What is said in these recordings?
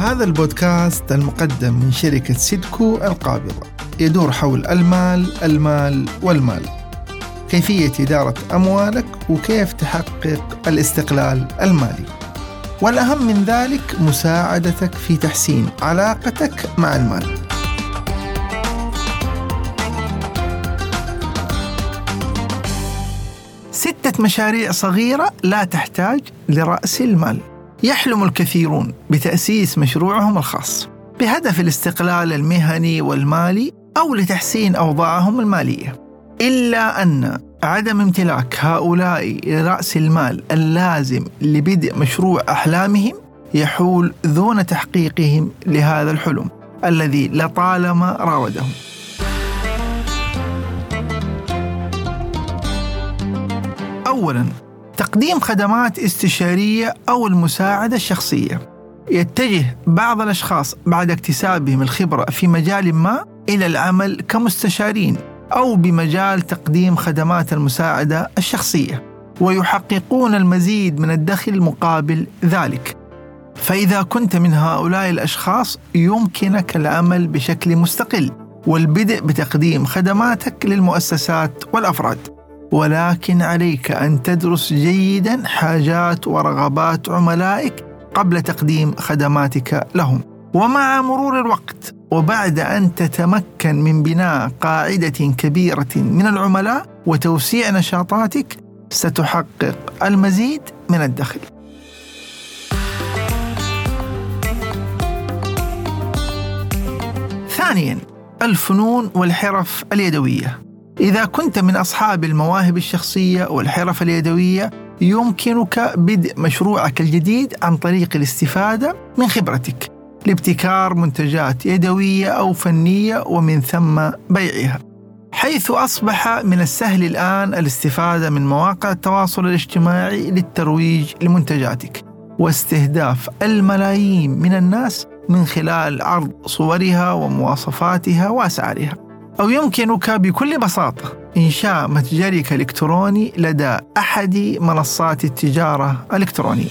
هذا البودكاست المقدم من شركة سيدكو القابضة يدور حول المال والمال، كيفية إدارة أموالك وكيف تحقق الاستقلال المالي، والأهم من ذلك مساعدتك في تحسين علاقتك مع المال. ستة مشاريع صغيرة لا تحتاج لرأس المال. يحلم الكثيرون بتأسيس مشروعهم الخاص بهدف الاستقلال المهني والمالي أو لتحسين أوضاعهم المالية، إلا أن عدم امتلاك هؤلاء لرأس المال اللازم لبدء مشروع أحلامهم يحول دون تحقيقهم لهذا الحلم الذي لطالما راودهم. أولاً، تقديم خدمات استشارية أو المساعدة الشخصية. يتجه بعض الأشخاص بعد اكتسابهم الخبرة في مجال ما إلى العمل كمستشارين أو بمجال تقديم خدمات المساعدة الشخصية، ويحققون المزيد من الدخل مقابل ذلك. فإذا كنت من هؤلاء الأشخاص يمكنك العمل بشكل مستقل والبدء بتقديم خدماتك للمؤسسات والأفراد، ولكن عليك أن تدرس جيداً حاجات ورغبات عملائك قبل تقديم خدماتك لهم. ومع مرور الوقت وبعد أن تتمكن من بناء قاعدة كبيرة من العملاء وتوسيع نشاطاتك، ستحقق المزيد من الدخل. ثانياً، الفنون والحرف اليدوية. إذا كنت من أصحاب المواهب الشخصية والحرف اليدوية، يمكنك بدء مشروعك الجديد عن طريق الاستفادة من خبرتك لابتكار منتجات يدوية أو فنية ومن ثم بيعها، حيث أصبح من السهل الآن الاستفادة من مواقع التواصل الاجتماعي للترويج لمنتجاتك واستهداف الملايين من الناس من خلال عرض صورها ومواصفاتها وأسعارها. أو يمكنك بكل بساطة إنشاء متجرك الإلكتروني لدى أحد منصات التجارة الإلكترونية.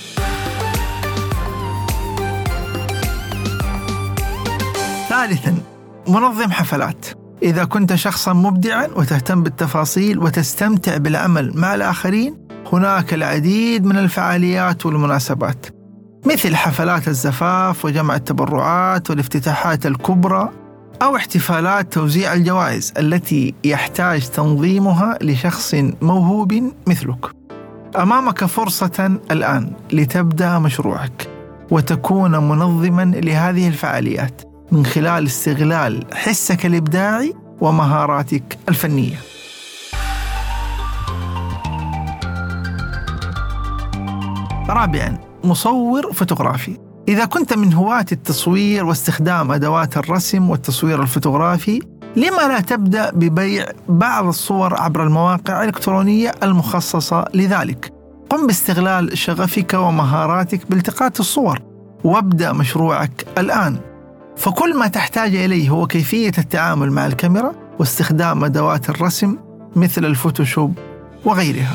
ثالثاً، منظم حفلات. إذا كنت شخصاً مبدعاً وتهتم بالتفاصيل وتستمتع بالعمل مع الآخرين، هناك العديد من الفعاليات والمناسبات مثل حفلات الزفاف وجمع التبرعات والافتتاحات الكبرى، أو احتفالات توزيع الجوائز التي يحتاج تنظيمها لشخص موهوب مثلك. أمامك فرصة الآن لتبدأ مشروعك وتكون منظما لهذه الفعاليات من خلال استغلال حسك الإبداعي ومهاراتك الفنية. رابعا، مصور فوتوغرافي. إذا كنت من هواة التصوير واستخدام أدوات الرسم والتصوير الفوتوغرافي، لما لا تبدأ ببيع بعض الصور عبر المواقع الإلكترونية المخصصة لذلك؟ قم باستغلال شغفك ومهاراتك بالتقاط الصور وابدأ مشروعك الآن. فكل ما تحتاج إليه هو كيفية التعامل مع الكاميرا واستخدام أدوات الرسم مثل الفوتوشوب وغيرها.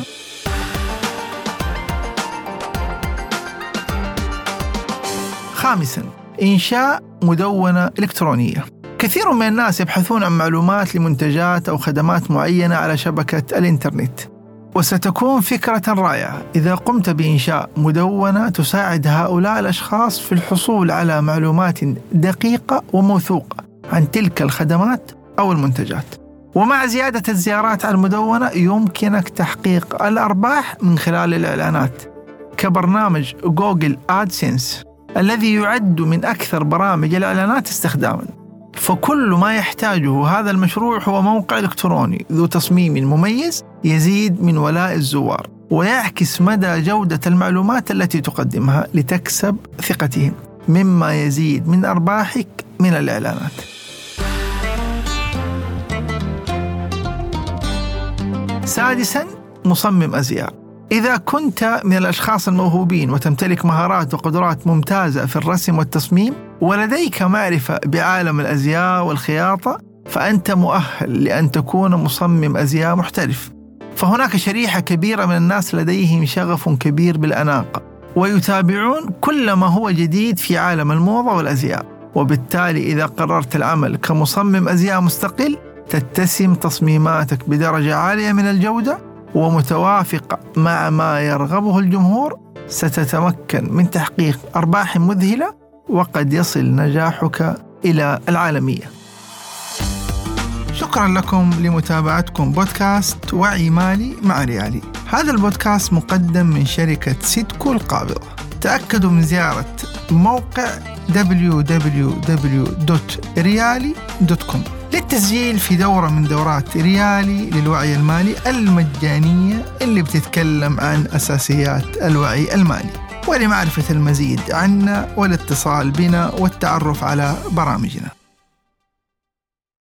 خامساً، إنشاء مدونة إلكترونية. كثير من الناس يبحثون عن معلومات لمنتجات أو خدمات معينة على شبكة الإنترنت، وستكون فكرة رائعة إذا قمت بإنشاء مدونة تساعد هؤلاء الأشخاص في الحصول على معلومات دقيقة وموثوقة عن تلك الخدمات أو المنتجات. ومع زيادة الزيارات على المدونة يمكنك تحقيق الأرباح من خلال الإعلانات كبرنامج جوجل آدسنس الذي يعد من أكثر برامج الإعلانات استخداماً. فكل ما يحتاجه هذا المشروع هو موقع إلكتروني ذو تصميم مميز يزيد من ولاء الزوار ويعكس مدى جودة المعلومات التي تقدمها لتكسب ثقتهم، مما يزيد من أرباحك من الإعلانات. سادساً، مصمم أزياء. إذا كنت من الأشخاص الموهوبين وتمتلك مهارات وقدرات ممتازة في الرسم والتصميم ولديك معرفة بعالم الأزياء والخياطة، فأنت مؤهل لأن تكون مصمم أزياء محترف. فهناك شريحة كبيرة من الناس لديهم شغف كبير بالأناقة ويتابعون كل ما هو جديد في عالم الموضة والأزياء. وبالتالي إذا قررت العمل كمصمم أزياء مستقل، تتسم تصميماتك بدرجة عالية من الجودة ومتوافقة مع ما يرغبه الجمهور، ستتمكن من تحقيق أرباح مذهلة، وقد يصل نجاحك إلى العالمية. شكرا لكم لمتابعتكم بودكاست وعي مالي مع ريالي. هذا البودكاست مقدم من شركة سيدكو القابضة. تأكدوا من زيارة موقع www.riali.com للتسجيل في دورة من دورات ريالي للوعي المالي المجانية اللي بتتكلم عن أساسيات الوعي المالي. ولمعرفة المزيد عنا والاتصال بنا والتعرف على برامجنا